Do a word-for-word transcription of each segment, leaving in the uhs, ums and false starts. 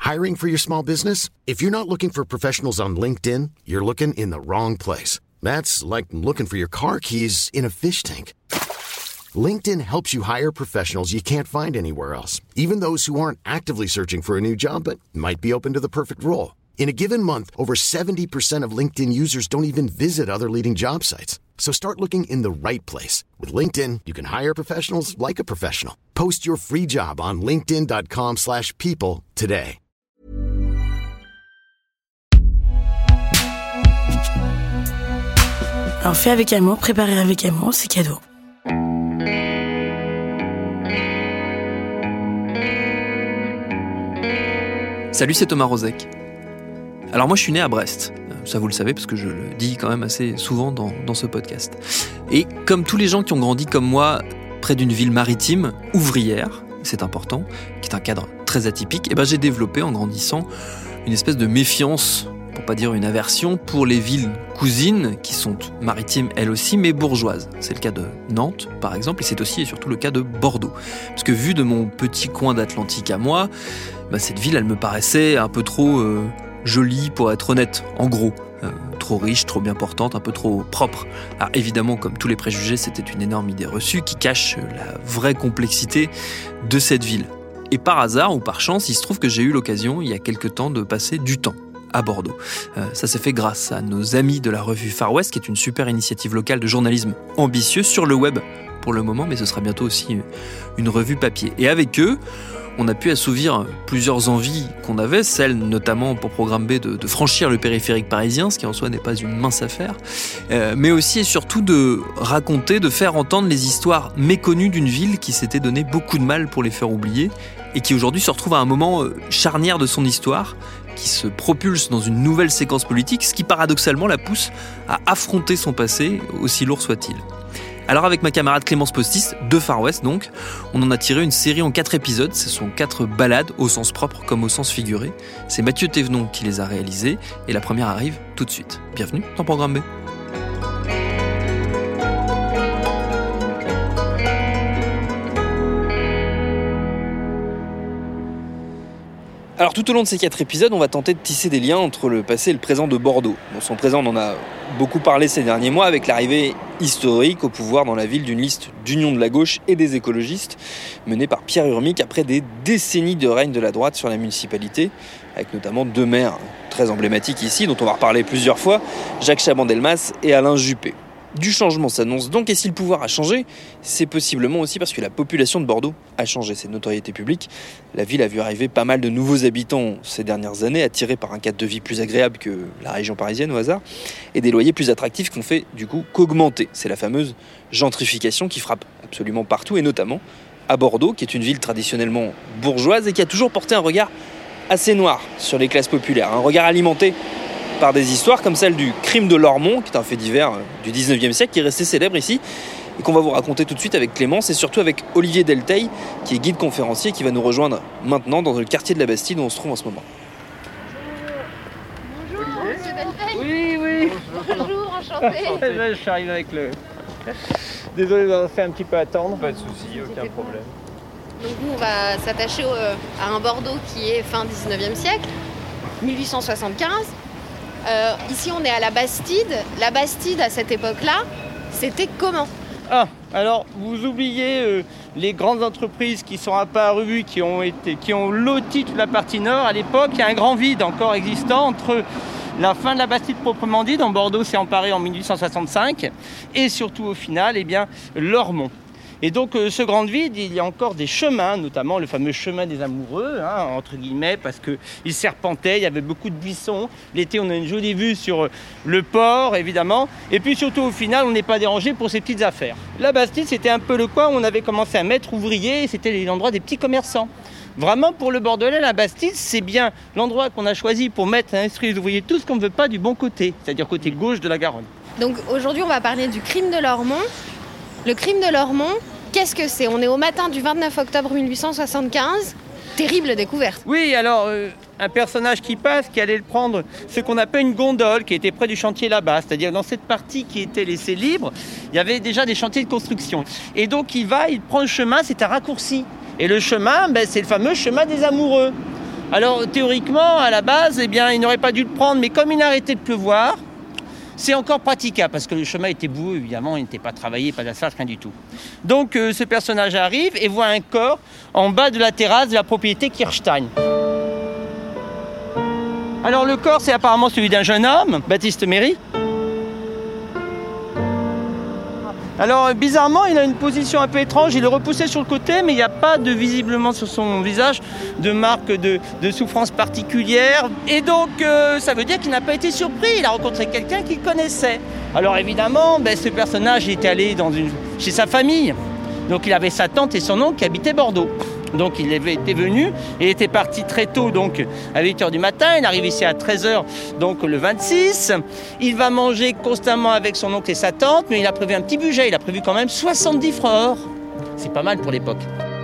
Hiring for your small business? If you're not looking for professionals on LinkedIn, you're looking in the wrong place. That's like looking for your car keys in a fish tank. LinkedIn helps you hire professionals you can't find anywhere else, even those who aren't actively searching for a new job but might be open to the perfect role. In a given month, over seventy percent of LinkedIn users don't even visit other leading job sites. So start looking in the right place. With LinkedIn, you can hire professionals like a professional. Post your free job on linkedin.com slash people today. Alors fait avec amour, préparé avec amour, c'est cadeau. Salut, c'est Thomas Rozek. Alors moi je suis né à Brest, ça vous le savez parce que je le dis quand même assez souvent dans, dans ce podcast. Et comme tous les gens qui ont grandi comme moi près d'une ville maritime, ouvrière, c'est important, qui est un cadre très atypique, et ben j'ai développé en grandissant une espèce de méfiance, pour pas dire une aversion, pour les villes cousines qui sont maritimes elles aussi, mais bourgeoises. C'est le cas de Nantes par exemple, et c'est aussi et surtout le cas de Bordeaux. Parce que vu de mon petit coin d'Atlantique à moi, ben cette ville elle me paraissait un peu trop... Euh, jolie pour être honnête, en gros. Euh, trop riche, trop bien portante, un peu trop propre. Alors évidemment, comme tous les préjugés, c'était une énorme idée reçue qui cache la vraie complexité de cette ville. Et par hasard ou par chance, il se trouve que j'ai eu l'occasion, il y a quelque temps, de passer du temps à Bordeaux. Euh, ça s'est fait grâce à nos amis de la revue Far West, qui est une super initiative locale de journalisme ambitieux sur le web pour le moment, mais ce sera bientôt aussi une revue papier. Et avec eux, on a pu assouvir plusieurs envies qu'on avait, celle notamment pour Programme B de, de franchir le périphérique parisien, ce qui en soi n'est pas une mince affaire, euh, mais aussi et surtout de raconter, de faire entendre les histoires méconnues d'une ville qui s'était donné beaucoup de mal pour les faire oublier et qui aujourd'hui se retrouve à un moment charnière de son histoire, qui se propulse dans une nouvelle séquence politique, ce qui paradoxalement la pousse à affronter son passé, aussi lourd soit-il. Alors avec ma camarade Clémence Postis, de Far West donc, on en a tiré une série en quatre épisodes, ce sont quatre balades au sens propre comme au sens figuré. C'est Mathieu Thévenon qui les a réalisées et la première arrive tout de suite. Bienvenue dans Programme B. Alors tout au long de ces quatre épisodes, on va tenter de tisser des liens entre le passé et le présent de Bordeaux. Bon, son présent, on en a beaucoup parlé ces derniers mois avec l'arrivée historique au pouvoir dans la ville d'une liste d'union de la gauche et des écologistes menée par Pierre Urmic après des décennies de règne de la droite sur la municipalité, avec notamment deux maires très emblématiques ici, dont on va reparler plusieurs fois, Jacques Chaban-Delmas et Alain Juppé. Du changement s'annonce donc, et si le pouvoir a changé, c'est possiblement aussi parce que la population de Bordeaux a changé, c'est de notoriété publique. La ville a vu arriver pas mal de nouveaux habitants ces dernières années, attirés par un cadre de vie plus agréable que la région parisienne au hasard, et des loyers plus attractifs qui ont fait du coup qu'augmenter. C'est la fameuse gentrification qui frappe absolument partout, et notamment à Bordeaux, qui est une ville traditionnellement bourgeoise et qui a toujours porté un regard assez noir sur les classes populaires, un regard alimenté par des histoires comme celle du crime de Lormont, qui est un fait divers du dix-neuvième siècle, qui est resté célèbre ici, et qu'on va vous raconter tout de suite avec Clémence, et surtout avec Olivier Delteil, qui est guide conférencier, qui va nous rejoindre maintenant dans le quartier de la Bastide où on se trouve en ce moment. Bonjour, monsieur Delteil. Oui, oui. Bonjour, enchanté. Je suis arrivé avec le... Désolé d'avoir fait un petit peu attendre. Pas de soucis, aucun problème. Donc nous, on va s'attacher au, à un Bordeaux qui est fin dix-neuvième siècle, mille huit cent soixante-quinze. Euh, ici, on est à la Bastide. La Bastide, à cette époque-là, c'était comment ? Ah, alors vous oubliez euh, les grandes entreprises qui sont apparues, qui ont été, qui ont loti toute la partie nord. À l'époque, il y a un grand vide encore existant entre la fin de la Bastide proprement dit, dont Bordeaux s'est emparé en mille huit cent soixante-cinq, et surtout au final, eh bien, Lormont. Et donc, euh, ce grand vide, il y a encore des chemins, notamment le fameux chemin des amoureux, hein, entre guillemets, parce qu'il serpentait, il y avait beaucoup de buissons. L'été, on a une jolie vue sur le port, évidemment. Et puis surtout, au final, on n'est pas dérangé pour ces petites affaires. La Bastide, c'était un peu le coin où on avait commencé à mettre ouvriers, et c'était l'endroit des petits commerçants. Vraiment, pour le Bordelais, la Bastide, c'est bien l'endroit qu'on a choisi pour mettre à instruire les ouvriers tout ce qu'on ne veut pas du bon côté, c'est-à-dire côté gauche de la Garonne. Donc aujourd'hui, on va parler du crime de Lormont. Le crime de Lormont, qu'est-ce que c'est ? On est au matin du vingt-neuf octobre mille huit cent soixante-quinze. Terrible découverte. Oui, alors, euh, un personnage qui passe, qui allait prendre ce qu'on appelle une gondole, qui était près du chantier là-bas. C'est-à-dire, dans cette partie qui était laissée libre, il y avait déjà des chantiers de construction. Et donc, il va, il prend le chemin, c'est un raccourci. Et le chemin, ben, c'est le fameux chemin des amoureux. Alors théoriquement, à la base, eh bien, il n'aurait pas dû le prendre, mais comme il a arrêté de pleuvoir, c'est encore praticable, parce que le chemin était boueux, évidemment, il n'était pas travaillé, pas d'asphalte, rien du tout. Donc euh, ce personnage arrive et voit un corps en bas de la terrasse de la propriété Kirstein. Alors le corps, c'est apparemment celui d'un jeune homme, Baptiste Méry. Alors bizarrement, il a une position un peu étrange, il est repoussé sur le côté, mais il n'y a pas de visiblement sur son visage de marque de, de souffrance particulière. Et donc euh, ça veut dire qu'il n'a pas été surpris, il a rencontré quelqu'un qu'il connaissait. Alors évidemment, ben, ce personnage était allé dans une, chez sa famille. Donc il avait sa tante et son oncle qui habitaient Bordeaux. Donc il avait été venu, il était parti très tôt, donc à huit heures du matin, il arrive ici à treize heures, donc le vingt-six. Il va manger constamment avec son oncle et sa tante, mais il a prévu un petit budget, il a prévu quand même soixante-dix francs or. C'est pas mal pour l'époque.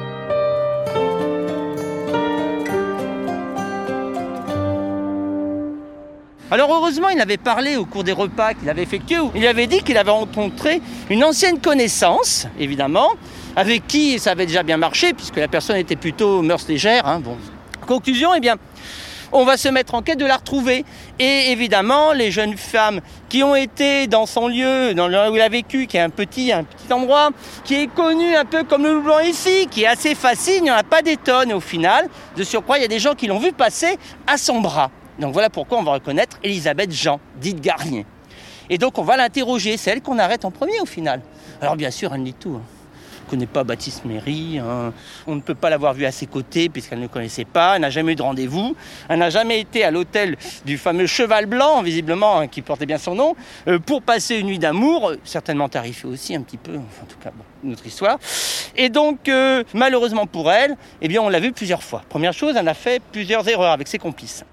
Alors heureusement, il avait parlé au cours des repas qu'il avait effectués, où il avait dit qu'il avait rencontré une ancienne connaissance, évidemment, avec qui ça avait déjà bien marché, puisque la personne était plutôt mœurs légères. Hein, bon. Conclusion, eh bien, on va se mettre en quête de la retrouver. Et évidemment, les jeunes femmes qui ont été dans son lieu, dans le où il a vécu, qui est un petit, un petit endroit, qui est connu un peu comme le Loup Blanc ici, qui est assez facile, il n'y en a pas des tonnes. Et au final, de surcroît, il y a des gens qui l'ont vu passer à son bras. Donc voilà pourquoi on va reconnaître Elisabeth Jean, dite Garnier. Et donc on va l'interroger, c'est elle qu'on arrête en premier au final. Alors bien sûr, elle nie tout. Hein. On ne connaît pas Baptiste Méry, hein. On ne peut pas l'avoir vu à ses côtés puisqu'elle ne connaissait pas, elle n'a jamais eu de rendez-vous, elle n'a jamais été à l'hôtel du fameux Cheval Blanc, visiblement, hein, qui portait bien son nom, euh, pour passer une nuit d'amour, certainement tarifée aussi un petit peu, enfin, en tout cas, bon, une autre histoire. Et donc, euh, malheureusement pour elle, eh bien, on l'a vu plusieurs fois. Première chose, elle a fait plusieurs erreurs avec ses complices.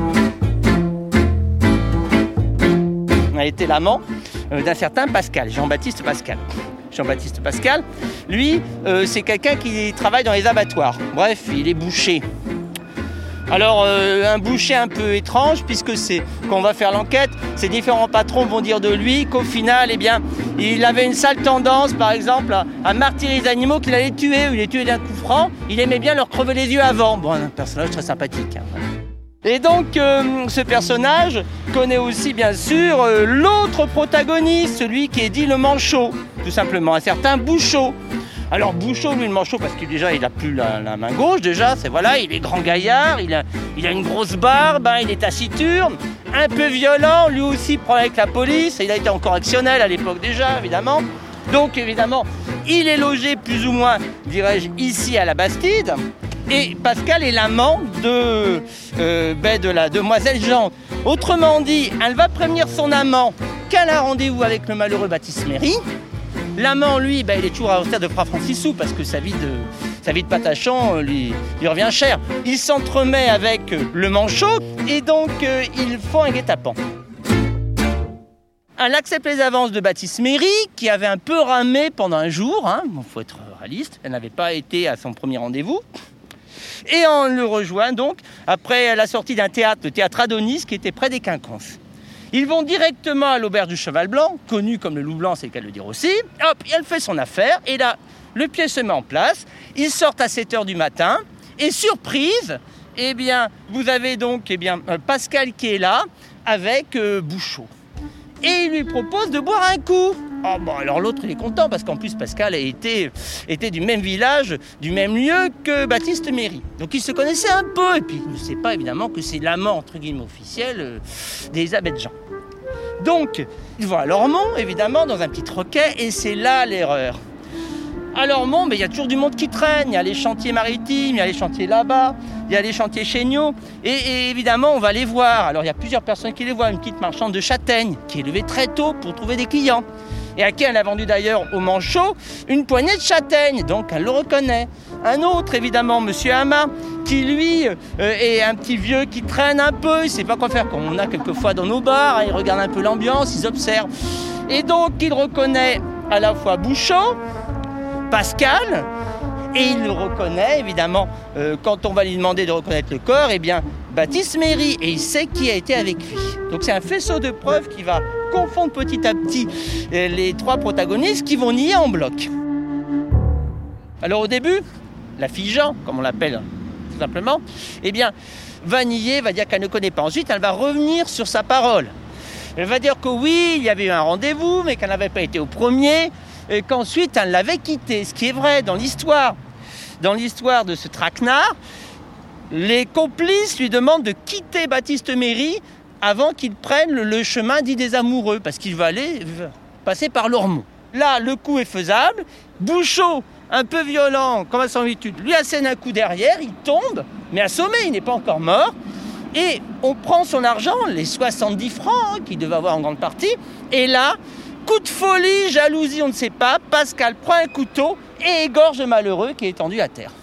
Elle a été l'amant euh, d'un certain Pascal, Jean-Baptiste Pascal. Jean-Baptiste Pascal, lui, euh, c'est quelqu'un qui travaille dans les abattoirs. Bref, il est boucher. Alors, euh, un boucher un peu étrange, puisque c'est quand on va faire l'enquête, ces différents patrons vont dire de lui qu'au final, eh bien, il avait une sale tendance, par exemple, à, à martyriser les animaux qu'il allait tuer, ou il les tuait d'un coup franc. Il aimait bien leur crever les yeux avant. Bon, un personnage très sympathique. Hein. Et donc, euh, ce personnage connaît aussi, bien sûr, euh, l'autre protagoniste, celui qui est dit le manchot, tout simplement, un certain Bouchot. Alors Bouchot, lui, le manchot, parce que déjà, il n'a plus la, la main gauche, déjà, c'est voilà, il est grand gaillard, il a, il a une grosse barbe, hein, il est taciturne, un peu violent, lui aussi problème avec la police, il a été en correctionnel à l'époque déjà, évidemment. Donc, évidemment, il est logé plus ou moins, dirais-je, ici à la Bastide. Et Pascal est l'amant de, euh, ben de la demoiselle Jean. Autrement dit, elle va prévenir son amant qu'elle a rendez-vous avec le malheureux Baptiste Méry. L'amant, lui, ben, il est toujours à hauteur de Fra Francisou parce que sa vie de, sa vie de patachon lui, lui revient cher. Il s'entremet avec le manchot et donc euh, ils font un guet-apens. Elle accepte les avances de Baptiste Méry, qui avait un peu ramé pendant un jour. Hein. Bon, faut être réaliste, elle n'avait pas été à son premier rendez-vous. Et on le rejoint donc après la sortie d'un théâtre, le théâtre Adonis, qui était près des Quinconces. Ils vont directement à l'auberge du Cheval Blanc, connu comme le Loup Blanc, c'est le cas de le dire aussi. Hop, elle fait son affaire, et là, le pied se met en place. Ils sortent à sept heures du matin, et surprise, eh bien, vous avez donc eh bien, Pascal qui est là, avec euh, Bouchot. Et il lui propose de boire un coup. Oh, bon, alors l'autre, il est content, parce qu'en plus, Pascal a été, était du même village, du même lieu que Baptiste Méry. Donc, ils se connaissaient un peu, et puis il ne sait pas, évidemment, que c'est l'amant, entre guillemets, officiel euh, d'Elisabeth Jean. Donc, ils vont à Lormont, évidemment, dans un petit troquet, et c'est là l'erreur. À Lormont, ben, il y a toujours du monde qui traîne. Il y a les chantiers maritimes, il y a les chantiers là-bas, il y a les chantiers chéniaux. Et, et évidemment, on va les voir. Alors, il y a plusieurs personnes qui les voient. Une petite marchande de châtaignes qui est levée très tôt pour trouver des clients. Et à qui elle a vendu d'ailleurs au manchot une poignée de châtaignes. Donc, elle le reconnaît. Un autre, évidemment, Monsieur Hama, qui lui euh, est un petit vieux qui traîne un peu. Il ne sait pas quoi faire, comme on a quelquefois dans nos bars. Hein, il regarde un peu l'ambiance, il observe. Et donc, il reconnaît à la fois Bouchot, Pascal, et il le reconnaît, évidemment, euh, quand on va lui demander de reconnaître le corps, eh bien, Baptiste Méry, et il sait qui a été avec lui. Donc c'est un faisceau de preuves qui va confondre petit à petit euh, les trois protagonistes qui vont nier en bloc. Alors au début, la fille Jean, comme on l'appelle simplement, eh bien, va nier, va dire qu'elle ne connaît pas. Ensuite, elle va revenir sur sa parole. Elle va dire que oui, il y avait eu un rendez-vous, mais qu'elle n'avait pas été au premier, et qu'ensuite, elle l'avait quitté. Ce qui est vrai dans l'histoire, dans l'histoire de ce traquenard, les complices lui demandent de quitter Baptiste-Méry avant qu'il prenne le, le chemin dit des amoureux, parce qu'il va aller passer par l'Ormont. Là, le coup est faisable. Bouchot, un peu violent, comme à son habitude, lui assène un coup derrière, il tombe, mais assommé, il n'est pas encore mort. Et on prend son argent, les soixante-dix francs hein, qu'il devait avoir en grande partie. Et là, coup de folie, jalousie, on ne sait pas, Pascal prend un couteau et égorge le malheureux qui est étendu à terre.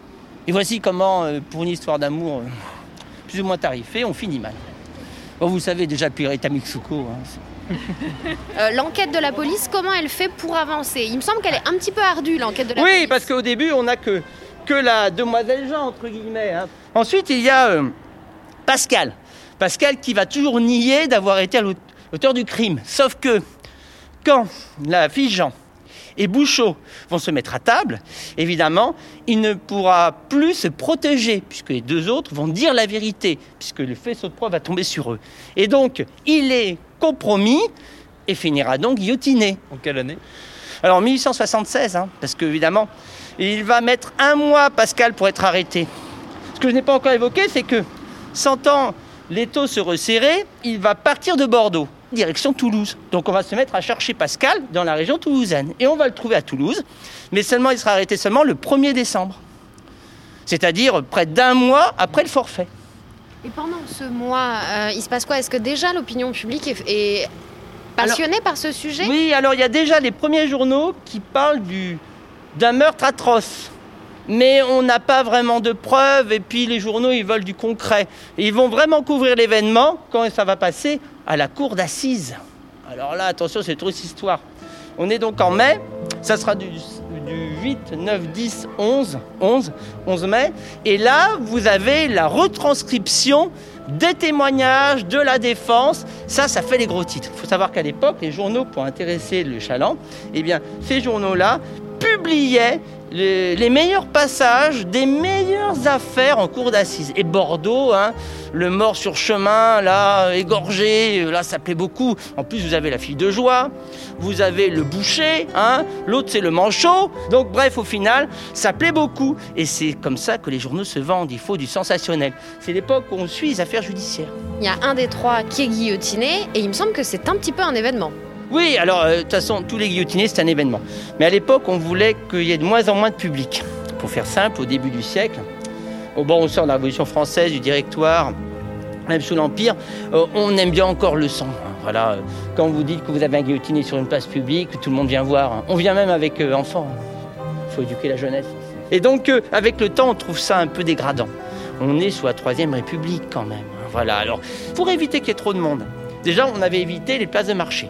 Et voici comment, pour une histoire d'amour plus ou moins tarifée, on finit mal. Bon, vous savez déjà depuis Rita Mitsuko. Hein, euh, l'enquête de la police, comment elle fait pour avancer? Il me semble qu'elle est un petit peu ardue, l'enquête de la oui, police. Oui, parce qu'au début, on n'a que, que la demoiselle Jean, entre guillemets. Hein. Ensuite, il y a euh, Pascal. Pascal qui va toujours nier d'avoir été à l'auteur du crime. Sauf que quand la fille Jean et Bouchot vont se mettre à table, évidemment, il ne pourra plus se protéger, puisque les deux autres vont dire la vérité, puisque le faisceau de preuve va tomber sur eux. Et donc, il est compromis et finira donc guillotiné. En quelle année? Alors, en mille huit cent soixante-seize, hein, parce qu'évidemment, il va mettre un mois, Pascal, pour être arrêté. Ce que je n'ai pas encore évoqué, c'est que, sentant l'étau se resserrer, il va partir de Bordeaux, direction Toulouse. Donc on va se mettre à chercher Pascal dans la région toulousaine. Et on va le trouver à Toulouse, mais seulement il sera arrêté seulement le premier décembre. C'est-à-dire près d'un mois après le forfait. Et pendant ce mois, euh, il se passe quoi? Est-ce que déjà l'opinion publique est, est passionnée alors, par ce sujet? Oui, alors il y a déjà les premiers journaux qui parlent du, d'un meurtre atroce. Mais on n'a pas vraiment de preuves, et puis les journaux, ils veulent du concret. Et ils vont vraiment couvrir l'événement quand ça va passer à la cour d'assises. Alors là, attention, c'est trop cette histoire. On est donc en mai, ça sera du, du huit, neuf, dix, onze, onze, onze mai. Et là, vous avez la retranscription des témoignages de la défense. Ça, ça fait les gros titres. Il faut savoir qu'à l'époque, les journaux, pour intéresser le chaland, eh bien, ces journaux-là publiaient Les, les meilleurs passages des meilleures affaires en cour d'assises. Et Bordeaux, hein, le mort sur chemin, là, égorgé, là, ça plaît beaucoup. En plus, vous avez la fille de joie, vous avez le boucher, hein, l'autre, c'est le manchot. Donc, bref, au final, ça plaît beaucoup. Et c'est comme ça que les journaux se vendent. Il faut du sensationnel. C'est l'époque où on suit les affaires judiciaires. Il y a un des trois qui est guillotiné, et il me semble que c'est un petit peu un événement. Oui, alors, de euh, toute façon, tous les guillotinés, c'est un événement. Mais à l'époque, on voulait qu'il y ait de moins en moins de public. Pour faire simple, au début du siècle, au bon, on sort de la Révolution française, du Directoire, même sous l'Empire, euh, on aime bien encore le sang. Hein, voilà, euh, quand vous dites que vous avez un guillotiné sur une place publique, tout le monde vient voir. Hein. On vient même avec euh, enfants. Il faut éduquer la jeunesse. Et donc, euh, avec le temps, on trouve ça un peu dégradant. On est sous la Troisième République quand même. Hein, voilà, alors, pour éviter qu'il y ait trop de monde, déjà, on avait évité les places de marché.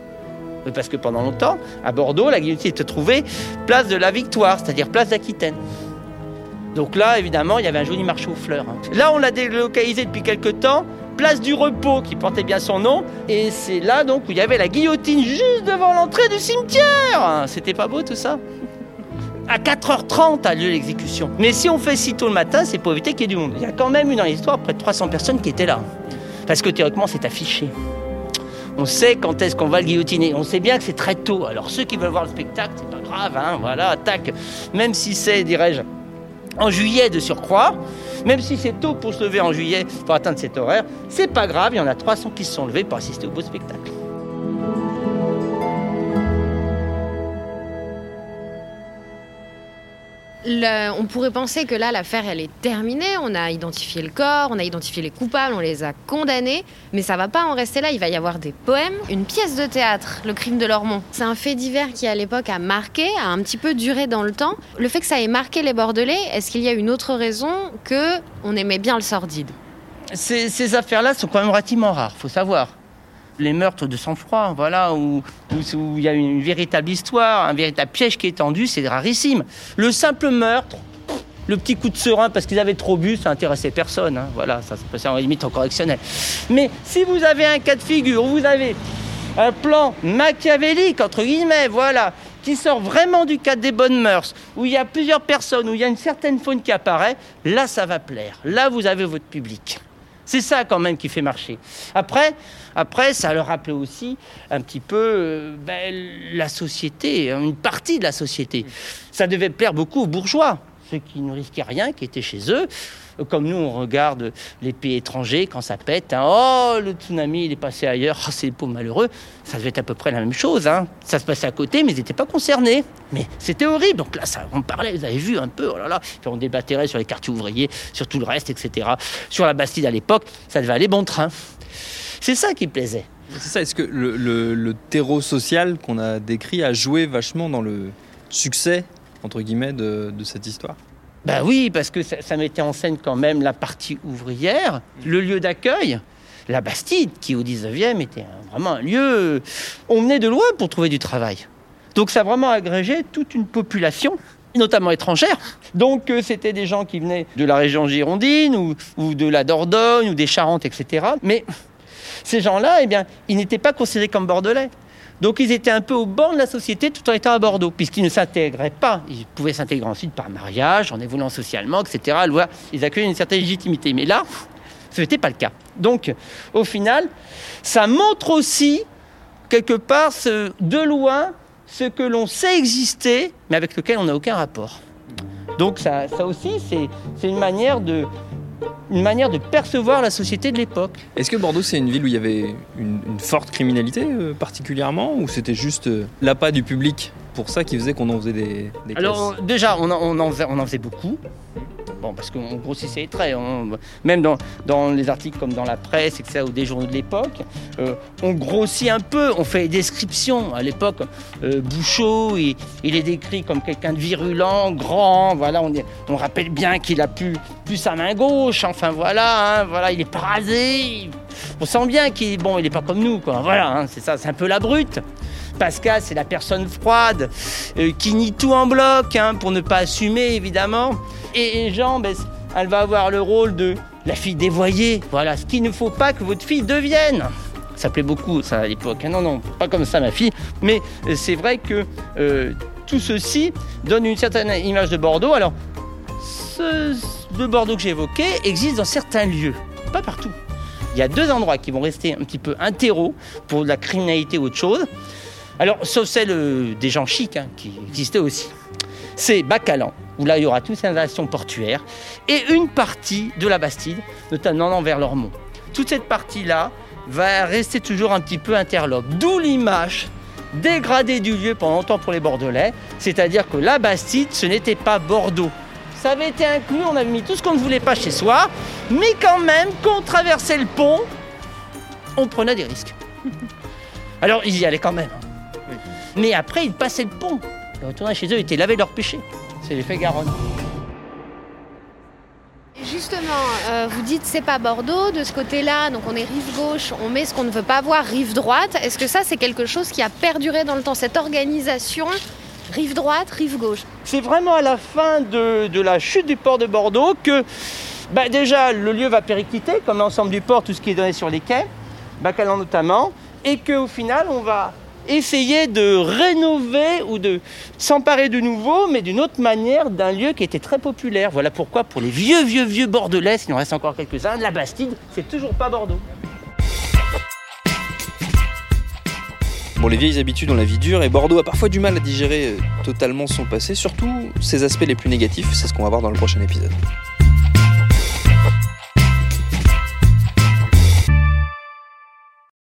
Parce que pendant longtemps, à Bordeaux, la guillotine était trouvée place de la Victoire, c'est-à-dire place d'Aquitaine. Donc là, évidemment, il y avait un joli marché aux fleurs. Hein. Là, on l'a délocalisé depuis quelque temps, place du Repos, qui portait bien son nom. Et c'est là, donc, où il y avait la guillotine juste devant l'entrée du cimetière. C'était pas beau, tout ça? À quatre heures trente a lieu l'exécution. Mais si on fait si tôt le matin, c'est pour éviter qu'il y ait du monde. Il y a quand même eu dans l'histoire près de trois cents personnes qui étaient là. Parce que théoriquement, c'est affiché. On sait quand est-ce qu'on va le guillotiner. On sait bien que c'est très tôt. Alors ceux qui veulent voir le spectacle, c'est pas grave, hein, voilà, attaque. Même si c'est, dirais-je, en juillet de surcroît, même si c'est tôt pour se lever en juillet pour atteindre cet horaire, c'est pas grave, il y en a trois cents qui se sont levés pour assister au beau spectacle. Le, on pourrait penser que là, l'affaire, elle est terminée. On a identifié le corps, on a identifié les coupables, on les a condamnés. Mais ça va pas en rester là. Il va y avoir des poèmes, une pièce de théâtre, Le crime de l'Ormont. C'est un fait divers qui, à l'époque, a marqué, a un petit peu duré dans le temps. Le fait que ça ait marqué les Bordelais, est-ce qu'il y a une autre raison que on aimait bien le sordide? Ces, ces affaires-là sont quand même relativement rares, faut savoir. Les meurtres de sang-froid, voilà, où il y a une véritable histoire, un véritable piège qui est tendu, c'est rarissime. Le simple meurtre, le petit coup de serin parce qu'ils avaient trop bu, ça intéressait personne, hein, voilà, ça se passait en limite en correctionnel. Mais si vous avez un cas de figure, où vous avez un plan machiavélique, entre guillemets, voilà, qui sort vraiment du cadre des bonnes mœurs, où il y a plusieurs personnes, où il y a une certaine faune qui apparaît, là, ça va plaire. Là, vous avez votre public. C'est ça, quand même, qui fait marcher. Après, après ça leur rappelait aussi un petit peu euh, ben, la société, une partie de la société. Ça devait plaire beaucoup aux bourgeois, ceux qui ne risquaient rien, qui étaient chez eux. Comme nous, on regarde les pays étrangers quand ça pète. Hein. Oh, le tsunami, il est passé ailleurs. Oh, c'est les pauvres malheureux. Ça devait être à peu près la même chose. Hein. Ça se passait à côté, mais ils n'étaient pas concernés. Mais c'était horrible. Donc là, ça, on parlait, vous avez vu un peu. Oh là là. Puis on débattait sur les quartiers ouvriers, sur tout le reste, et cetera. Sur la Bastide à l'époque, ça devait aller bon train. C'est ça qui plaisait. C'est ça. Est-ce que le, le, le terreau social qu'on a décrit a joué vachement dans le succès, entre guillemets, de, de cette histoire ? Ben oui, parce que ça, ça mettait en scène quand même la partie ouvrière, le lieu d'accueil, la Bastide, qui au dix-neuvième était un, vraiment un lieu... On venait de loin pour trouver du travail. Donc ça a vraiment agrégé toute une population, notamment étrangère. Donc euh, c'était des gens qui venaient de la région girondine, ou, ou de la Dordogne, ou des Charentes, et cetera. Mais ces gens-là, eh bien, ils n'étaient pas considérés comme bordelais. Donc ils étaient un peu au bord de la société tout en étant à Bordeaux, puisqu'ils ne s'intégraient pas. Ils pouvaient s'intégrer ensuite par mariage, en évoluant socialement, et cetera. Ils accueillaient une certaine légitimité. Mais là, ce n'était pas le cas. Donc, au final, ça montre aussi, quelque part, ce, de loin, ce que l'on sait exister, mais avec lequel on n'a aucun rapport. Donc ça, ça aussi, c'est, c'est une manière de... une manière de percevoir la société de l'époque. Est-ce que Bordeaux, c'est une ville où il y avait une, une forte criminalité euh, particulièrement, ou c'était juste euh, l'appât du public pour ça qui faisait qu'on en faisait des, des Alors caisses ? déjà, on en, on, en faisait, on en faisait beaucoup. Bon, parce qu'on grossissait les traits. On, même dans, dans les articles comme dans la presse, et cetera, ou des journaux de l'époque, euh, on grossit un peu, on fait des descriptions. À l'époque, euh, Bouchot, il, il est décrit comme quelqu'un de virulent, grand. Voilà, on, est, on rappelle bien qu'il a plus, plus sa main gauche. Enfin voilà, hein, voilà, il est pas rasé. On sent bien qu'il est bon, il est pas comme nous, quoi. Voilà, hein, c'est ça, c'est un peu la brute. Pascal, c'est la personne froide, euh, qui nie tout en bloc, hein, pour ne pas assumer, évidemment. Et, et Jean, ben, elle va avoir le rôle de la fille dévoyée. Voilà, ce qu'il ne faut pas que votre fille devienne. Ça plaît beaucoup, ça, à l'époque. Non, non, pas comme ça, ma fille. Mais euh, c'est vrai que euh, tout ceci donne une certaine image de Bordeaux. Alors, ce de Bordeaux que j'ai évoqué existe dans certains lieux, pas partout. Il y a deux endroits qui vont rester un petit peu un terreau pour de la criminalité ou autre chose. Alors, sauf celle euh, des gens chics, hein, qui existaient aussi. C'est Bacalan, où là, il y aura toutes ces installations portuaires, et une partie de la Bastide, notamment vers l'Ormont. Toute cette partie-là va rester toujours un petit peu interlope. D'où l'image dégradée du lieu pendant longtemps pour les Bordelais, c'est-à-dire que la Bastide, ce n'était pas Bordeaux. Ça avait été inclus, on avait mis tout ce qu'on ne voulait pas chez soi, mais quand même, quand on traversait le pont, on prenait des risques. Alors, ils y allaient quand même. Mais après, ils passaient le pont. Ils retournaient chez eux, ils étaient lavés de leurs péchés. C'est l'effet Garonne. Justement, euh, vous dites c'est pas Bordeaux, de ce côté-là, donc on est rive gauche, on met ce qu'on ne veut pas voir rive droite. Est-ce que ça, c'est quelque chose qui a perduré dans le temps, cette organisation rive droite, rive gauche? C'est vraiment à la fin de, de la chute du port de Bordeaux que, bah déjà, le lieu va péricliter, comme l'ensemble du port, tout ce qui est donné sur les quais, Bacalan notamment, et qu'au final, on va essayer de rénover ou de s'emparer de nouveau, mais d'une autre manière, d'un lieu qui était très populaire. Voilà pourquoi, pour les vieux, vieux, vieux Bordelais, s'il en reste encore quelques-uns, la Bastide, c'est toujours pas Bordeaux. Bon, les vieilles habitudes ont la vie dure, et Bordeaux a parfois du mal à digérer totalement son passé, surtout ses aspects les plus négatifs. C'est ce qu'on va voir dans le prochain épisode.